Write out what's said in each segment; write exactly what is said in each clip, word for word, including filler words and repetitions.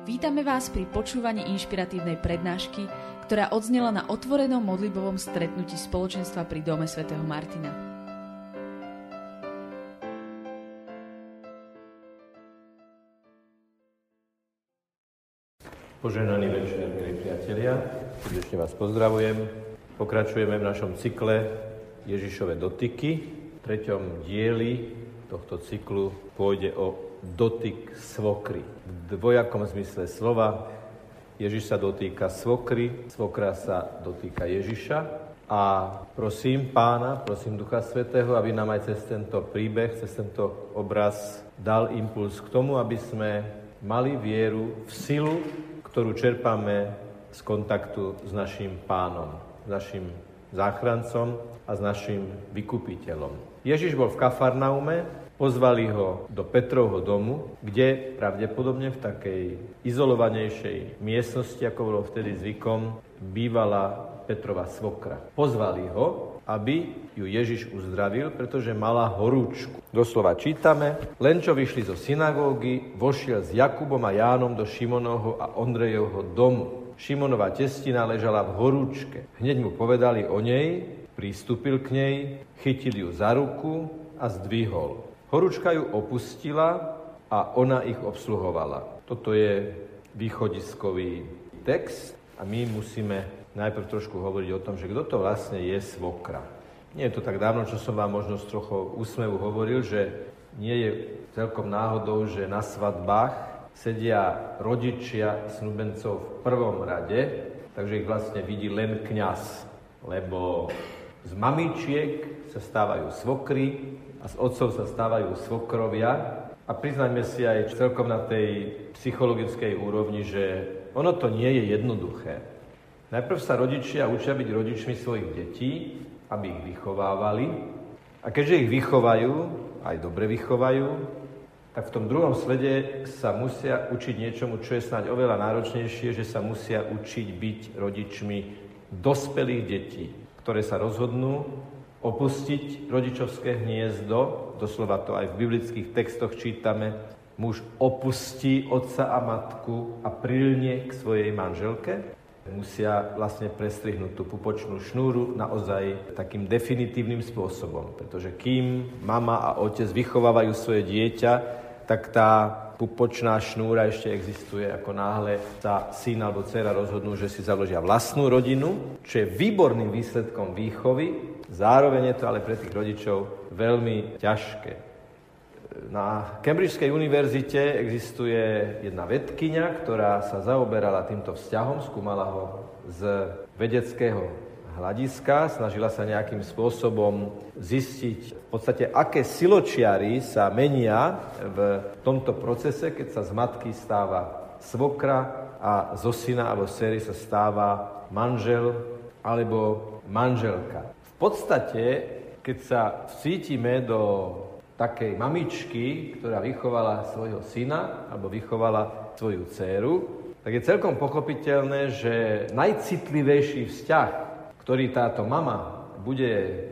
Vítame vás pri počúvaní inšpiratívnej prednášky, ktorá odznela na otvorenom modlitbovom stretnutí spoločenstva pri dome svätého Martina. Požehnaný večer, milí priatelia, srdečne vás pozdravujem. Pokračujeme v našom cykle Ježišove dotyky. V treťom dieli tohto cyklu pôjde o dotyk svokry. V dvojakom zmysle slova. Ježiš sa dotýka svokry, svokra sa dotýka Ježiša. A prosím Pána, prosím Ducha Svätého, aby nám aj cez tento príbeh, cez tento obraz dal impuls k tomu, aby sme mali vieru v silu, ktorú čerpáme z kontaktu s našim Pánom, s našim záchrancom a s našim vykupiteľom. Ježiš bol v Kafarnaume. Pozvali ho do Petrovho domu, kde pravdepodobne v takej izolovanejšej miestnosti, ako bolo vtedy zvykom, bývala Petrova svokra. Pozvali ho, aby ju Ježiš uzdravil, pretože mala horúčku. Doslova čítame, len čo vyšli zo synagógy, vošiel s Jakubom a Jánom do Šimonovho a Ondrejovho domu. Šimonova testina ležala v horúčke. Hneď mu povedali o nej, pristúpil k nej, chytil ju za ruku a zdvihol. Horúčka ju opustila a ona ich obsluhovala. Toto je východiskový text a my musíme najprv trošku hovoriť o tom, že kto to vlastne je svokra. Nie je to tak dávno, čo som vám možno z trochu úsmevu hovoril, že nie je celkom náhodou, že na svadbách sedia rodičia snúbencov v prvom rade, takže ich vlastne vidí len kňaz, lebo z mamičiek sa stávajú svokry, a z otcov sa stávajú svokrovia. A priznajme si aj celkom na tej psychologickej úrovni, že ono to nie je jednoduché. Najprv sa rodičia učia byť rodičmi svojich detí, aby ich vychovávali. A keďže ich vychovajú, aj dobre vychovajú, tak v tom druhom slede sa musia učiť niečomu, čo je snáď oveľa náročnejšie, že sa musia učiť byť rodičmi dospelých detí, ktoré sa rozhodnú opustiť rodičovské hniezdo, doslova to aj v biblických textoch čítame, muž opustí otca a matku a prilne k svojej manželke. Musia vlastne prestrihnúť tú pupočnú šnúru naozaj takým definitívnym spôsobom, pretože kým mama a otec vychovávajú svoje dieťa, tak tá pupočná šnúra ešte existuje, ako náhle sa syn alebo dcera rozhodnú, že si založia vlastnú rodinu, čo je výborným výsledkom výchovy. Zároveň je to ale pre tých rodičov veľmi ťažké. Na Cambridgeskej univerzite existuje jedna vedkyňa, ktorá sa zaoberala týmto vzťahom, skúmala ho z vedeckého hľadiska, snažila sa nejakým spôsobom zistiť v podstate, aké siločiary sa menia v tomto procese, keď sa z matky stáva svokra a zo syna alebo z dcery sa stáva manžel alebo manželka. V podstate, keď sa vcítime do takej mamičky, ktorá vychovala svojho syna alebo vychovala svoju dcéru, tak je celkom pochopiteľné, že najcitlivejší vzťah, ktorý táto mama bude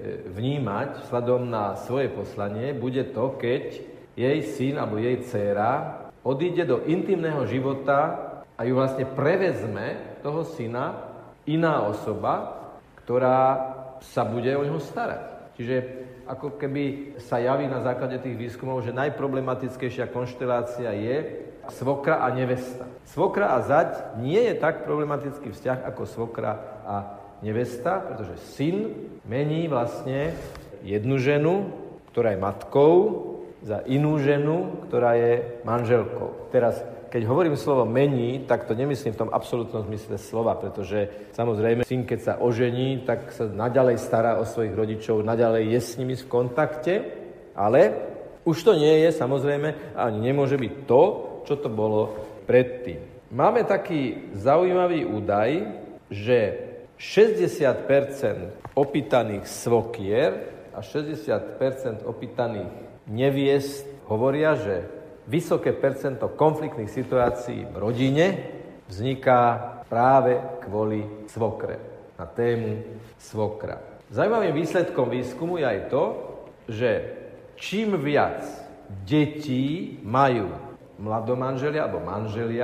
vnímať vzhľadom na svoje poslanie, bude to, keď jej syn alebo jej dcéra odíde do intimného života a ju vlastne prevezme toho syna iná osoba, ktorá sa bude o neho starať. Čiže ako keby sa javí na základe tých výskumov, že najproblematickejšia konštelácia je svokra a nevesta. Svokra a zať nie je tak problematický vzťah ako svokra a nevesta, pretože syn mení vlastne jednu ženu, ktorá je matkou, za inú ženu, ktorá je manželkou. Teraz, keď hovorím slovo mení, tak to nemyslím v tom absolútnom zmysle slova, pretože samozrejme syn, keď sa ožení, tak sa naďalej stará o svojich rodičov, naďalej je s nimi v kontakte, ale už to nie je samozrejme, ani nemôže byť to, čo to bolo predtým. Máme taký zaujímavý údaj, že šesťdesiat percent opýtaných svokier a šesťdesiat percent opýtaných neviest hovoria, že vysoké percento konfliktných situácií v rodine vzniká práve kvôli svokre, na tému svokra. Zaujímavým výsledkom výskumu je aj to, že čím viac detí majú mladomanželia alebo manželia,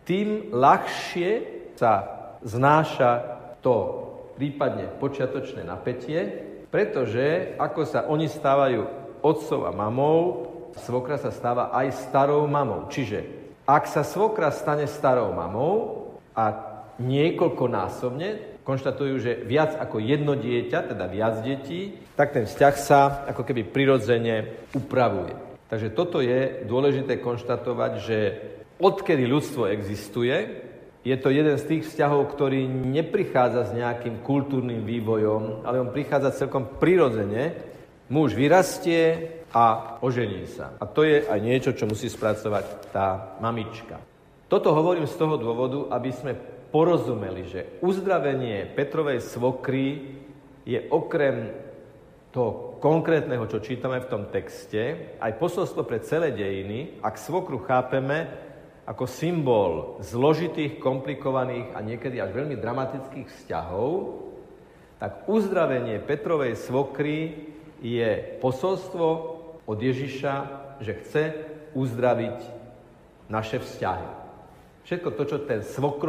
tým ľahšie sa znáša to prípadne počiatočné napätie, pretože ako sa oni stávajú otcov a mamou, svokra sa stáva aj starou mamou. Čiže ak sa svokra stane starou mamou a niekoľkonásobne konštatujú, že viac ako jedno dieťa, teda viac detí, tak ten vzťah sa ako keby prirodzene upravuje. Takže toto je dôležité konštatovať, že odkedy ľudstvo existuje, je to jeden z tých vzťahov, ktorý neprichádza s nejakým kultúrnym vývojom, ale on prichádza celkom prirodzene. Muž vyrastie a ožení sa. A to je aj niečo, čo musí spracovať tá mamička. Toto hovorím z toho dôvodu, aby sme porozumeli, že uzdravenie Petrovej svokry je okrem toho konkrétneho, čo čítame v tom texte, aj posolstvo pre celé dejiny, ak svokru chápeme ako symbol zložitých, komplikovaných a niekedy až veľmi dramatických vzťahov, tak uzdravenie Petrovej svokry je posolstvo od Ježiša, že chce uzdraviť naše vzťahy. Všetko to, čo ten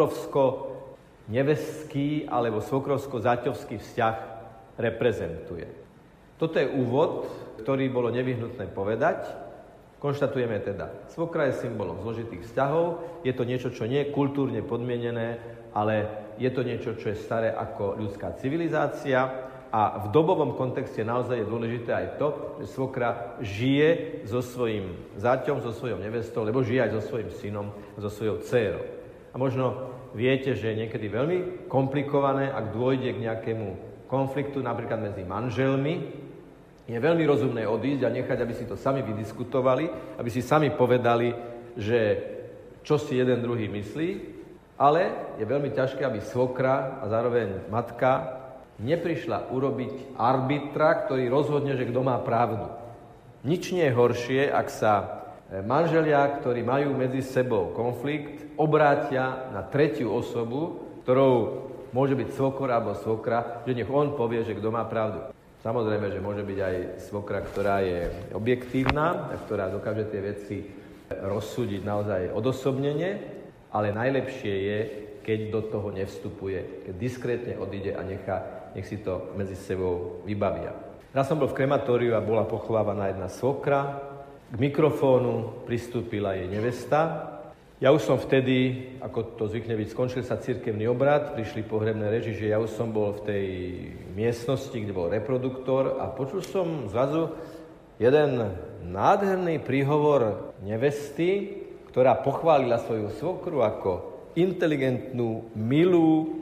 svokrovsko-nevestský alebo svokrovsko-záťovský vzťah reprezentuje. Toto je úvod, ktorý bolo nevyhnutné povedať. Konštatujeme teda, svokra je symbolom zložitých vzťahov, je to niečo, čo nie je kultúrne podmienené, ale je to niečo, čo je staré ako ľudská civilizácia a v dobovom kontexte naozaj je dôležité aj to, že svokra žije so svojím záťom, so svojou nevestou, lebo žije aj so svojím synom, so svojou dcérou. A možno viete, že je niekedy veľmi komplikované, ak dôjde k nejakému konfliktu napríklad medzi manželmi, je veľmi rozumné odísť a nechať, aby si to sami vydiskutovali, aby si sami povedali, že čo si jeden druhý myslí, ale je veľmi ťažké, aby svokra a zároveň matka neprišla urobiť arbitra, ktorý rozhodne, že kto má pravdu. Nič nie je horšie, ak sa manželia, ktorí majú medzi sebou konflikt, obrátia na tretiu osobu, ktorou môže byť svokor alebo svokra, že nech on povie, že kto má pravdu. Samozrejme, že môže byť aj svokra, ktorá je objektívna, ktorá dokáže tie veci rozsúdiť naozaj odosobnene, ale najlepšie je, keď do toho nevstupuje, keď diskrétne odíde a nechá, nech si to medzi sebou vybavia. Raz som bol v krematóriu a bola pochovávaná jedna svokra. K mikrofónu pristúpila jej nevesta. Ja už som vtedy, ako to zvykne byť, skončil sa cirkevný obrad, prišli pohrebné reči, že ja už som bol v tej miestnosti, kde bol reproduktor a počul som zrazu jeden nádherný príhovor nevesty, ktorá pochválila svoju svokru ako inteligentnú, milú,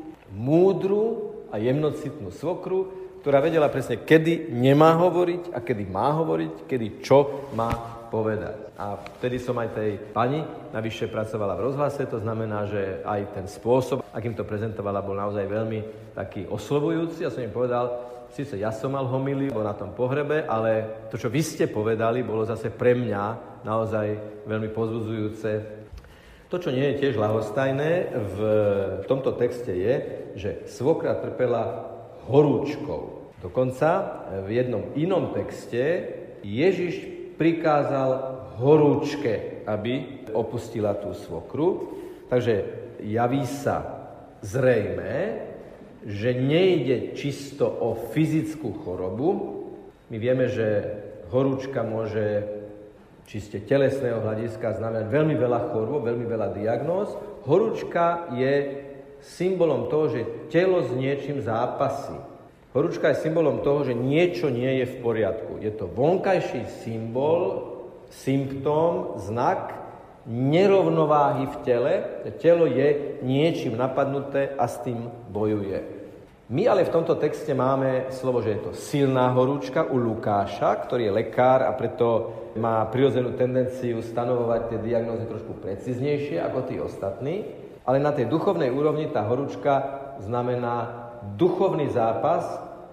múdru a jemnocitnú svokru, ktorá vedela presne, kedy nemá hovoriť a kedy má hovoriť, kedy čo má povedať. A vtedy som aj tej pani navyše pracovala v rozhlase, to znamená, že aj ten spôsob, akým to prezentovala, bol naozaj veľmi taký oslovujúci. Ja som im povedal, síce ja som mal homíliu na tom pohrebe, ale to, čo vy ste povedali, bolo zase pre mňa naozaj veľmi povzbudzujúce. To, čo nie je tiež ľahostajné v tomto texte je, že svokra trpela horúčkou. Dokonca v jednom inom texte Ježiš prikázal horúčke, aby opustila tú svokru. Takže javí sa zrejmé, že nejde čisto o fyzickú chorobu. My vieme, že horúčka môže čiste telesného hľadiska znamenať veľmi veľa chorôb, veľmi veľa diagnóz. Horúčka je symbolom toho, že telo s niečím zápasí. Horúčka je symbolom toho, že niečo nie je v poriadku. Je to vonkajší symbol, symptóm, znak nerovnováhy v tele. Telo je niečím napadnuté a s tým bojuje. My ale v tomto texte máme slovo, že je to silná horúčka u Lukáša, ktorý je lekár a preto má prirodzenú tendenciu stanovovať tie diagnózy trošku preciznejšie ako tí ostatní. Ale na tej duchovnej úrovni tá horúčka znamená duchovný zápas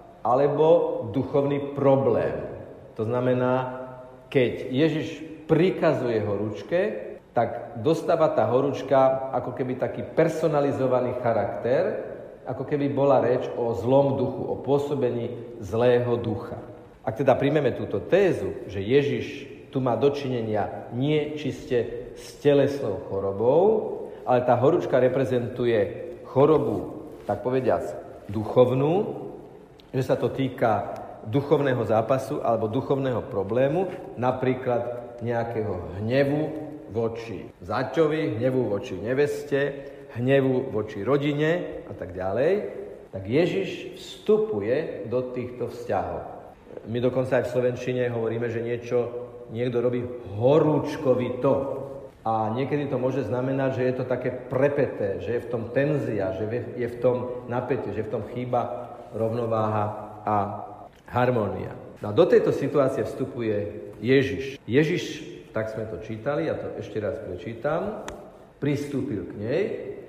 alebo duchovný problém. To znamená, keď Ježiš prikazuje horúčke, tak dostáva tá horúčka ako keby taký personalizovaný charakter, ako keby bola reč o zlom duchu, o pôsobení zlého ducha. Ak teda príjmeme túto tézu, že Ježiš tu má dočinenia nie čiste s telesnou chorobou, ale tá horúčka reprezentuje chorobu, tak povediac, duchovnú, že sa to týka duchovného zápasu alebo duchovného problému, napríklad nejakého hnevu voči zaťovi, hnevu voči neveste, hnevu voči rodine a tak ďalej, tak Ježiš vstupuje do týchto vzťahov. My dokonca aj v slovenčine hovoríme, že niečo niekto robí horúčkovito. A niekedy to môže znamenať, že je to také prepäté, že je v tom tenzia, že je v tom napätie, že v tom chýba rovnováha a harmónia. No a do tejto situácie vstupuje Ježiš. Ježiš, tak sme to čítali, ja to ešte raz prečítam, pristúpil k nej,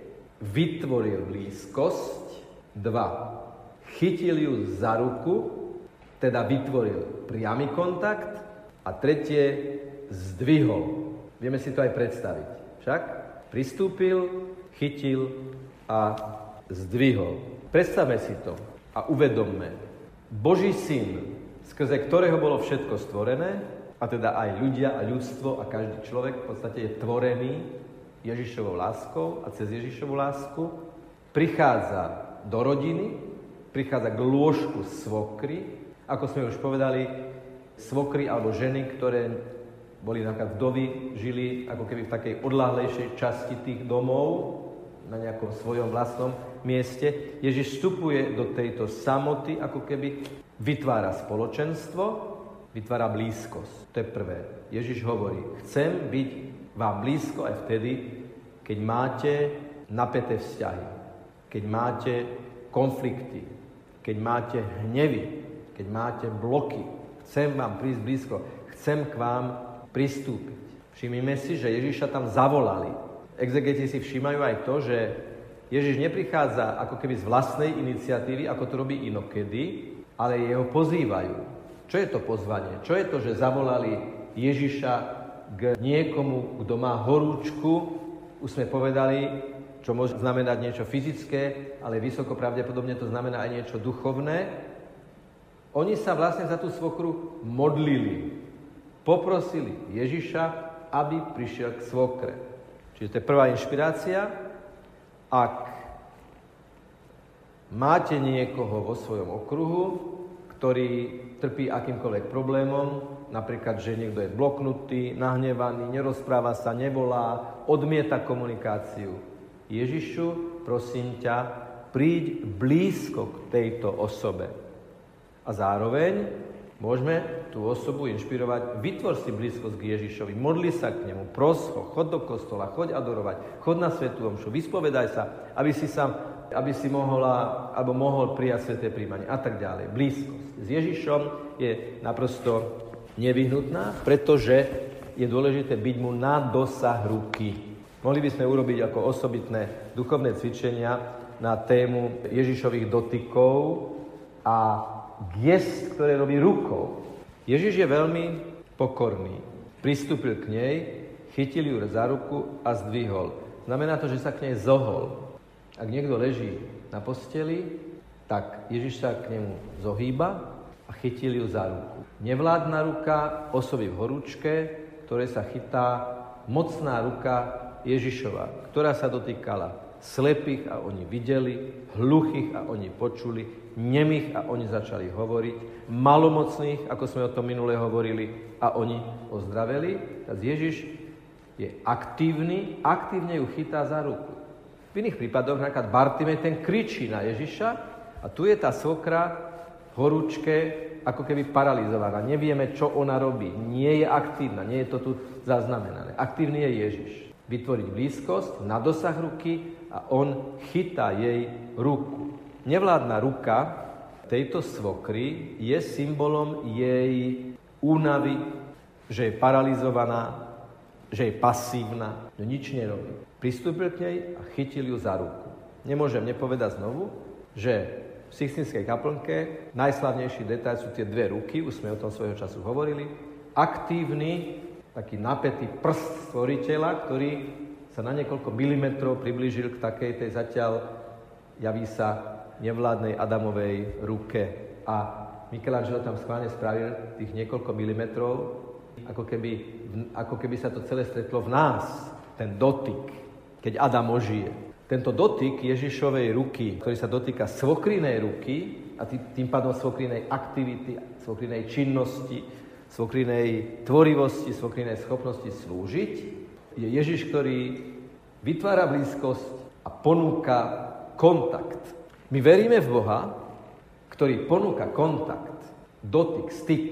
vytvoril blízkosť, dva, chytil ju za ruku, teda vytvoril priamy kontakt, a tretie, zdvihol. Vieme si to aj predstaviť. Však pristúpil, chytil a zdvihol. Predstavme si to a uvedomme. Boží syn, skrze ktorého bolo všetko stvorené, a teda aj ľudia a ľudstvo a každý človek v podstate je tvorený Ježišovou láskou a cez Ježišovu lásku, prichádza do rodiny, prichádza k lôžku svokry, ako sme už povedali, svokry alebo ženy, ktoré boli napríklad vdovy, žili ako keby v takej odláhlejšej časti tých domov, na nejakom svojom vlastnom mieste. Ježiš vstupuje do tejto samoty, ako keby vytvára spoločenstvo, vytvára blízkosť. To je prvé. Ježiš hovorí, chcem byť vám blízko aj vtedy, keď máte napäté vzťahy, keď máte konflikty, keď máte hnevy, keď máte bloky. Chcem vám prísť blízko, chcem k vám pristúpiť. Všimnime si, že Ježiša tam zavolali. Exegeti si všímajú aj to, že Ježiš neprichádza ako keby z vlastnej iniciatívy, ako to robí inokedy, ale jeho pozývajú. Čo je to pozvanie? Čo je to, že zavolali Ježiša k niekomu, kto má horúčku? Už sme povedali, čo môže znamenať niečo fyzické, ale vysoko pravdepodobne to znamená aj niečo duchovné. Oni sa vlastne za tú svokru modlili. Poprosili Ježiša, aby prišiel k svokre. Čiže to je prvá inšpirácia. Ak máte niekoho vo svojom okruhu, ktorý trpí akýmkoľvek problémom, napríklad, že niekto je bloknutý, nahnevaný, nerozpráva sa, nevolá, odmieta komunikáciu. Ježišu, prosím ťa, príď blízko k tejto osobe. A zároveň môžeme tú osobu inšpirovať, vytvor si blízkosť k Ježišovi, modli sa k nemu, pros ho, chod do kostola, choď adorovať, chod na svätú omšu, vyspovedaj sa, aby si sa aby si mohla, alebo mohol prijať sväté príjmanie a tak ďalej. Blízkosť s Ježišom je naprosto nevyhnutná, pretože je dôležité byť mu na dosah ruky. Mohli by sme urobiť ako osobitné duchovné cvičenia na tému Ježišových dotykov a gest, ktoré robí rukou. Ježiš je veľmi pokorný. Pristúpil k nej, chytil ju za ruku a zdvihol. Znamená to, že sa k nej zohol. Ak niekto leží na posteli, tak Ježiš sa k nemu zohýba a chytil ju za ruku. Nevládna ruka osoby v horúčke, ktoré sa chytá mocná ruka Ježišova, ktorá sa dotýkala slepých a oni videli, hluchých a oni počuli, nemých a oni začali hovoriť, malomocných, ako sme o tom minule hovorili, a oni ozdraveli. Tak Ježiš je aktívny, aktívne ju chytá za ruku. V iných prípadoch, napríklad Bartimej, ten kričí na Ježiša a tu je tá svokra v horúčke ako keby paralizovaná. Nevieme, čo ona robí. Nie je aktívna, nie je to tu zaznamenané. Aktívny je Ježiš. Vytvoriť blízkosť na dosah ruky a on chytá jej ruku. Nevládna ruka tejto svokry je symbolom jej únavy, že je paralizovaná, že je pasívna, že nič nerobí. Pristúpil k nej a chytil ju za ruku. Nemôžem nepovedať znovu, že v Sixtinskej kaplnke najslavnejší detail sú tie dve ruky, už sme o tom svojho času hovorili. Aktívny, taký napätý prst stvoriteľa, ktorý sa na niekoľko milimetrov priblížil k takej tej zatiaľ javí sa nevládnej Adamovej ruke. A Michelangelo tam schválne spravil tých niekoľko milimetrov, ako keby, ako keby sa to celé stretlo v nás, ten dotyk. keď Adam ožije. Tento dotyk Ježišovej ruky, ktorý sa dotýka svokrinej ruky a tým pádom svokrinej aktivity, svokrinej činnosti, svokrinej tvorivosti, svokrinej schopnosti slúžiť, je Ježiš, ktorý vytvára blízkosť a ponúka kontakt. My veríme v Boha, ktorý ponúka kontakt, dotyk, styk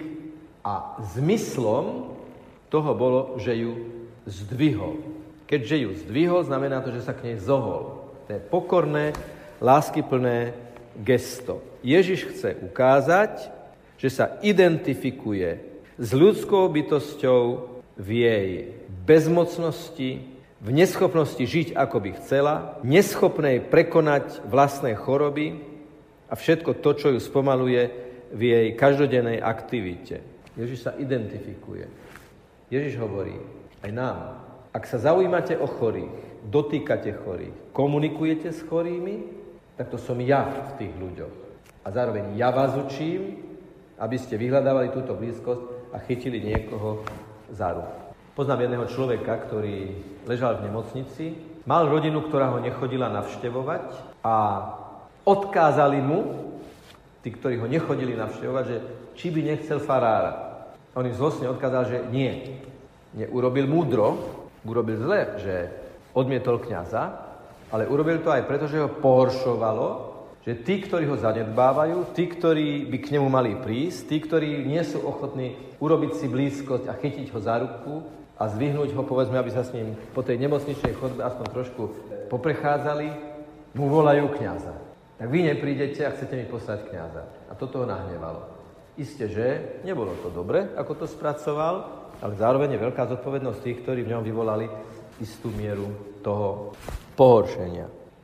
a zmyslom toho bolo, že ju zdvihol. Keďže ju zdvihol, znamená to, že sa k nej zohol. To je pokorné, láskyplné gesto. Ježiš chce ukázať, že sa identifikuje s ľudskou bytosťou v jej bezmocnosti, v neschopnosti žiť, ako by chcela, neschopnej prekonať vlastné choroby a všetko to, čo ju spomaluje v jej každodennej aktivite. Ježiš sa identifikuje. Ježiš hovorí aj nám, ak sa zaujímate o chorých, dotýkate chorých, komunikujete s chorými, tak to som ja v tých ľuďoch. A zároveň ja vás učím, aby ste vyhľadávali túto blízkosť a chytili niekoho za ruku. Poznám jedného človeka, ktorý ležal v nemocnici, mal rodinu, ktorá ho nechodila navštevovať a odkázali mu, tí, ktorí ho nechodili navštevovať, že či by nechcel farára. On im zlostne odkázal, že nie. Neurobil múdro, urobil zle, že odmietol kňaza, ale urobil to aj preto, že ho pohoršovalo, že tí, ktorí ho zanedbávajú, tí, ktorí by k nemu mali prísť, tí, ktorí nie sú ochotní urobiť si blízkosť a chytiť ho za ruku a zdvihnúť ho, povedzme, aby sa s ním po tej nemocničnej chodbe aspoň trošku poprechádzali, mu volajú kňaza. Tak vy neprídete a chcete mi poslať kňaza. A toto ho nahnevalo. Isté, že nebolo to dobre, ako to spracoval, ale zároveň je veľká zodpovednosť tých, ktorí v ňom vyvolali istú mieru toho pohoršenia.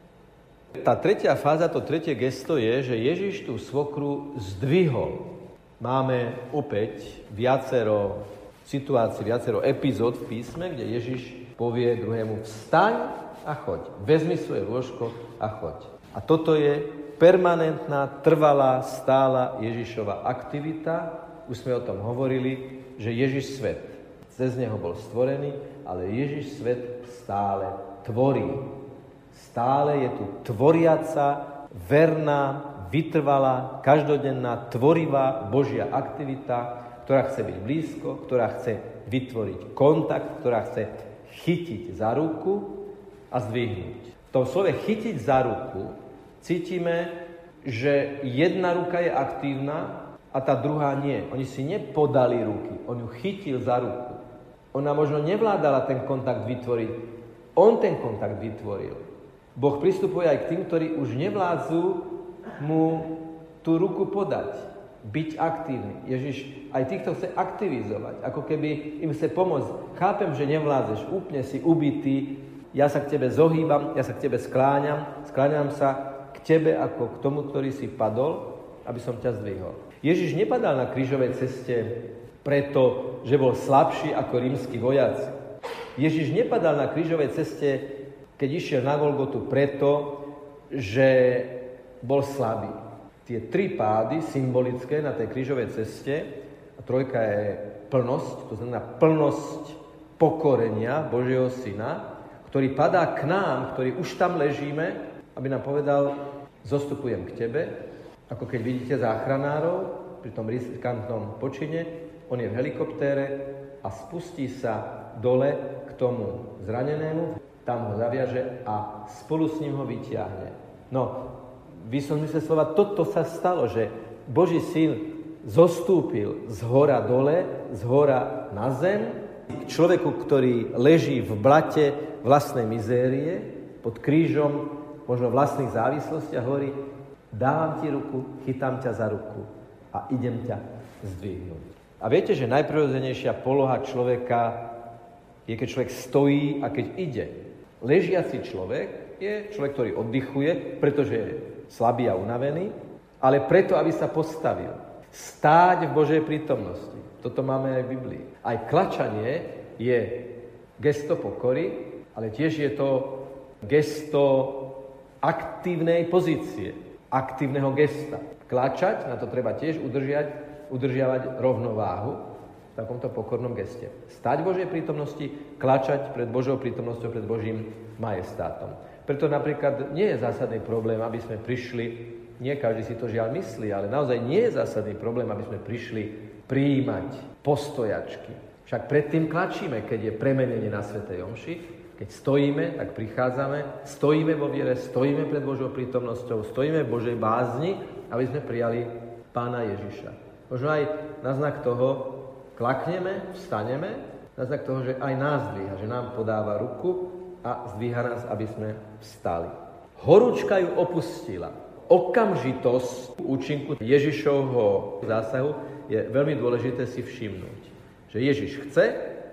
Tá tretia fáza, to tretie gesto je, že Ježiš tú svokru zdvihol. Máme opäť viacero situácií, viacero epizód v písme, kde Ježiš povie druhému vstaň a choď. Vezmi svoje lôžko a choď. A toto je permanentná, trvalá, stála Ježišova aktivita. Už sme o tom hovorili, že Ježiš svet cez neho bol stvorený, ale Ježiš svet stále tvorí. Stále je tu tvoriaca, verná, vytrvalá, každodenná, tvorivá Božia aktivita, ktorá chce byť blízko, ktorá chce vytvoriť kontakt, ktorá chce chytiť za ruku a zdvihnúť. V tom slove chytiť za ruku cítime, že jedna ruka je aktívna a tá druhá nie. Oni si nepodali ruky, on ju chytil za ruku. Ona možno nevládala ten kontakt vytvoriť, on ten kontakt vytvoril. Boh pristupuje aj k tým, ktorí už nevládzu mu tú ruku podať, byť aktívny. Ježiš aj týchto chce aktivizovať, ako keby im chce pomôcť. Chápem, že nevládzeš, úplne si ubitý, ja sa k tebe zohýbam, ja sa k tebe skláňam, skláňam sa k tebe ako k tomu, ktorý si padol, aby som ťa zdvihol. Ježiš nepadal na krížovej ceste preto, že bol slabší ako rímski vojaci. Ježiš nepadal na krížovej ceste, keď išiel na Golgotu preto, že bol slabý. Tie tri pády symbolické na tej krížovej ceste, a trojka je plnosť, to znamená plnosť pokorenia Božieho Syna, ktorý padá k nám, ktorý už tam ležíme, aby nám povedal, zostupujem k tebe, ako keď vidíte záchranárov pri tom riskantnom počine, on je v helikoptére a spustí sa dole k tomu zranenému, tam ho zaviaže a spolu s ním ho vyťahne. No, v istom zmysle slova, toto sa stalo, že Boží Syn zostúpil z hora dole, z hora na zem, k človeku, ktorý leží v blate vlastnej mizérie, pod krížom možno vlastných závislostí a hovorí, dávam ti ruku, chytám ťa za ruku a idem ťa zdvihnúť. A viete, že najprirodzenejšia poloha človeka je, keď človek stojí a keď ide. Ležiaci človek je človek, ktorý oddychuje, pretože je slabý a unavený, ale preto, aby sa postavil. Stáť v Božej prítomnosti. Toto máme aj v Biblii. Aj klačanie je gesto pokory, ale tiež je to gesto aktívnej pozície, aktívneho gesta. Klačať, na to treba tiež udržiať, udržiavať rovnováhu. v takomto pokornom geste. Stať v Božej prítomnosti, klačať pred Božou prítomnosťou, pred Božím majestátom. Preto napríklad nie je zásadný problém, aby sme prišli, nie každý si to žiaľ myslí, ale naozaj nie je zásadný problém, aby sme prišli prijímať postojačky. Však predtým klačíme, keď je premenenie na svätej omši, keď stojíme, tak prichádzame, stojíme vo viere, stojíme pred Božou prítomnosťou, stojíme v Božej bázni, aby sme prijali Pána Ježiša. Možno aj na znak toho klakneme, vstaneme, na znak toho, že aj nás zdvíha, že nám podáva ruku a zdvíha nás, aby sme vstali. Horúčka ju opustila. Okamžitosť účinku Ježišovho zásahu je veľmi dôležité si všimnúť. Že Ježiš chce,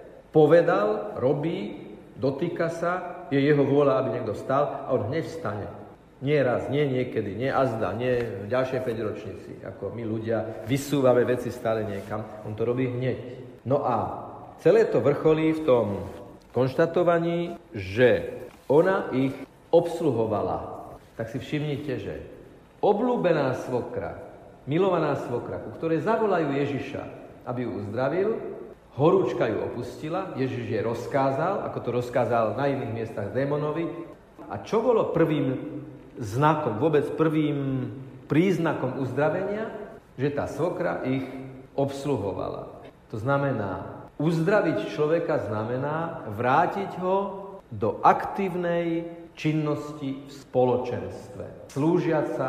povedal, robí, dotýka sa, je jeho vôľa, aby niekto vstal a on hneď vstane. Nie raz, nie niekedy, nie azda, nie v ďalšej päťročnici, ako my ľudia vysúvame veci stále niekam. On to robí hneď. No a celé to vrcholí v tom konštatovaní, že ona ich obsluhovala. Tak si všimnite, že obľúbená svokra, milovaná svokra, ku ktorej zavolajú Ježiša, aby ju uzdravil, horúčka ju opustila, Ježiš jej rozkázal, ako to rozkázal na iných miestach démonovi. A čo bolo prvým znakom, vôbec prvým príznakom uzdravenia? Že tá svokra ich obsluhovala. To znamená, uzdraviť človeka znamená vrátiť ho do aktívnej činnosti v spoločenstve. Slúžiaca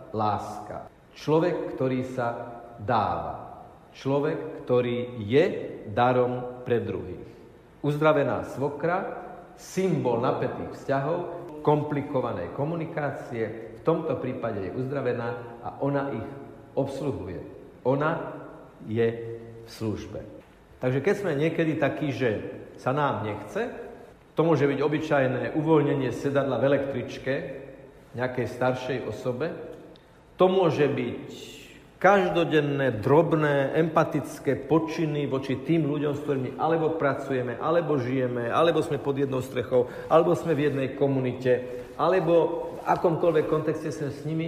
láska. Človek, ktorý sa dáva. Človek, ktorý je darom pre druhých. Uzdravená svokra, symbol napätých vzťahov, komplikovanej komunikácie, v tomto prípade je uzdravená a ona ich obsluhuje. Ona je v službe. Takže keď sme niekedy takí, že sa nám nechce, to môže byť obyčajné uvoľnenie sedadla v električke nejakej staršej osobe, to môže byť každodenné, drobné, empatické počiny voči tým ľuďom, s ktorými alebo pracujeme, alebo žijeme, alebo sme pod jednou strechou, alebo sme v jednej komunite, alebo v akomkoľvek kontexte sme s nimi.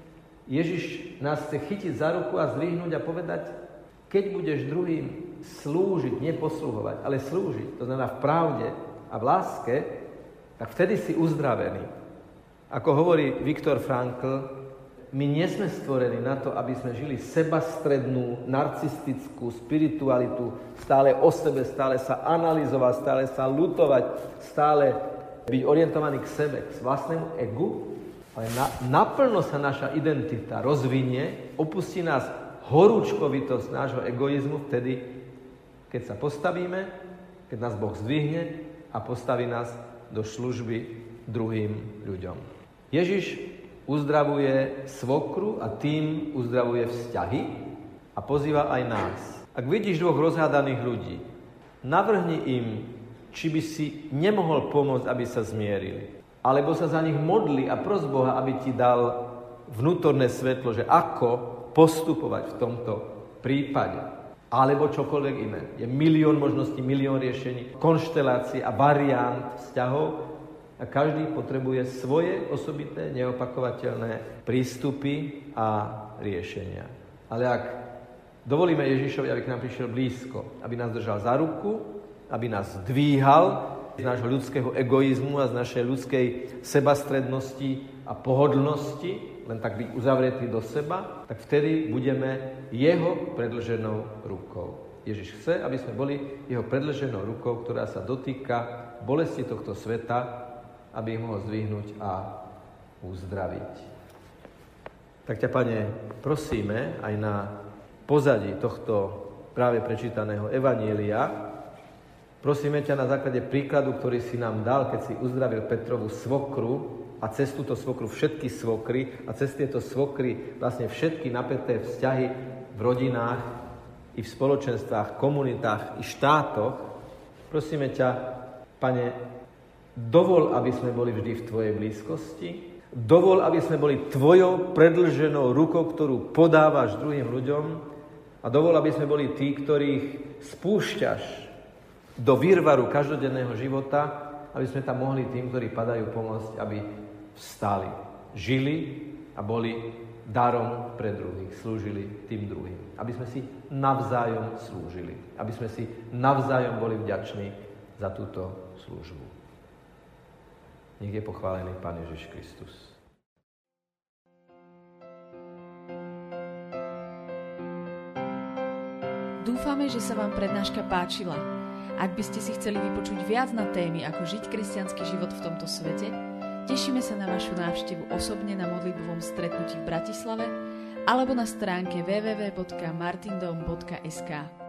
Ježiš nás chce chytiť za ruku a zdvihnúť a povedať, keď budeš druhým slúžiť, neposluhovať, ale slúžiť, to znamená v pravde a v láske, tak vtedy si uzdravený. Ako hovorí Viktor Frankl, my nie sme stvorení na to, aby sme žili sebastrednú, narcistickú spiritualitu, stále o sebe, stále sa analyzovať, stále sa lutovať, stále byť orientovaný k sebe, k vlastnému egu, ale na, naplno sa naša identita rozvinie, opustí nás horúčkovitosť nášho egoizmu vtedy, keď sa postavíme, keď nás Boh zdvihne a postaví nás do služby druhým ľuďom. Ježiš uzdravuje svokru a tým uzdravuje vzťahy a pozýva aj nás. Ak vidíš dvoch rozhádaných ľudí, navrhni im, či by si nemohol pomôcť, aby sa zmierili. Alebo sa za nich modli a pros Boha, aby ti dal vnútorné svetlo, že ako postupovať v tomto prípade. Alebo čokoľvek iné. Je milión možností, milión riešení, konštelácií a variant vzťahov, a každý potrebuje svoje osobité, neopakovateľné prístupy a riešenia. Ale ak dovolíme Ježišovi, aby k nám prišiel blízko, aby nás držal za ruku, aby nás dvíhal z nášho ľudského egoizmu a z našej ľudskej sebastrednosti a pohodlnosti, len tak byť uzavretý do seba, tak vtedy budeme jeho predĺženou rukou. Ježiš chce, aby sme boli jeho predĺženou rukou, ktorá sa dotýka bolesti tohto sveta, aby ich mohol zdvihnúť a uzdraviť. Tak ťa, Pane, prosíme aj na pozadí tohto práve prečítaného evanjelia. Prosíme ťa na základe príkladu, ktorý si nám dal, keď si uzdravil Petrovú svokru a cez túto svokru všetky svokry a cez tieto svokry vlastne všetky napäté vzťahy v rodinách i v spoločenstvách, komunitách i štátoch. Prosíme ťa, Pane, dovol, aby sme boli vždy v Tvojej blízkosti. Dovol, aby sme boli Tvojou predĺženou rukou, ktorú podávaš druhým ľuďom. A dovol, aby sme boli tí, ktorých spúšťaš do výrvaru každodenného života, aby sme tam mohli tým, ktorí padajú, pomôcť, aby vstali, žili a boli darom pre druhých, slúžili tým druhým. Aby sme si navzájom slúžili. Aby sme si navzájom boli vďační za túto službu. Nech je pochválený Pán Ježiš Kristus. Dúfame, že sa vám prednáška páčila. Ak by ste si chceli vypočuť viac na témy, ako žiť kresťanský život v tomto svete, tešíme sa na vašu návštevu osobne na modlitbovom stretnutí v Bratislave alebo na stránke w w w bodka martindom bodka es ka.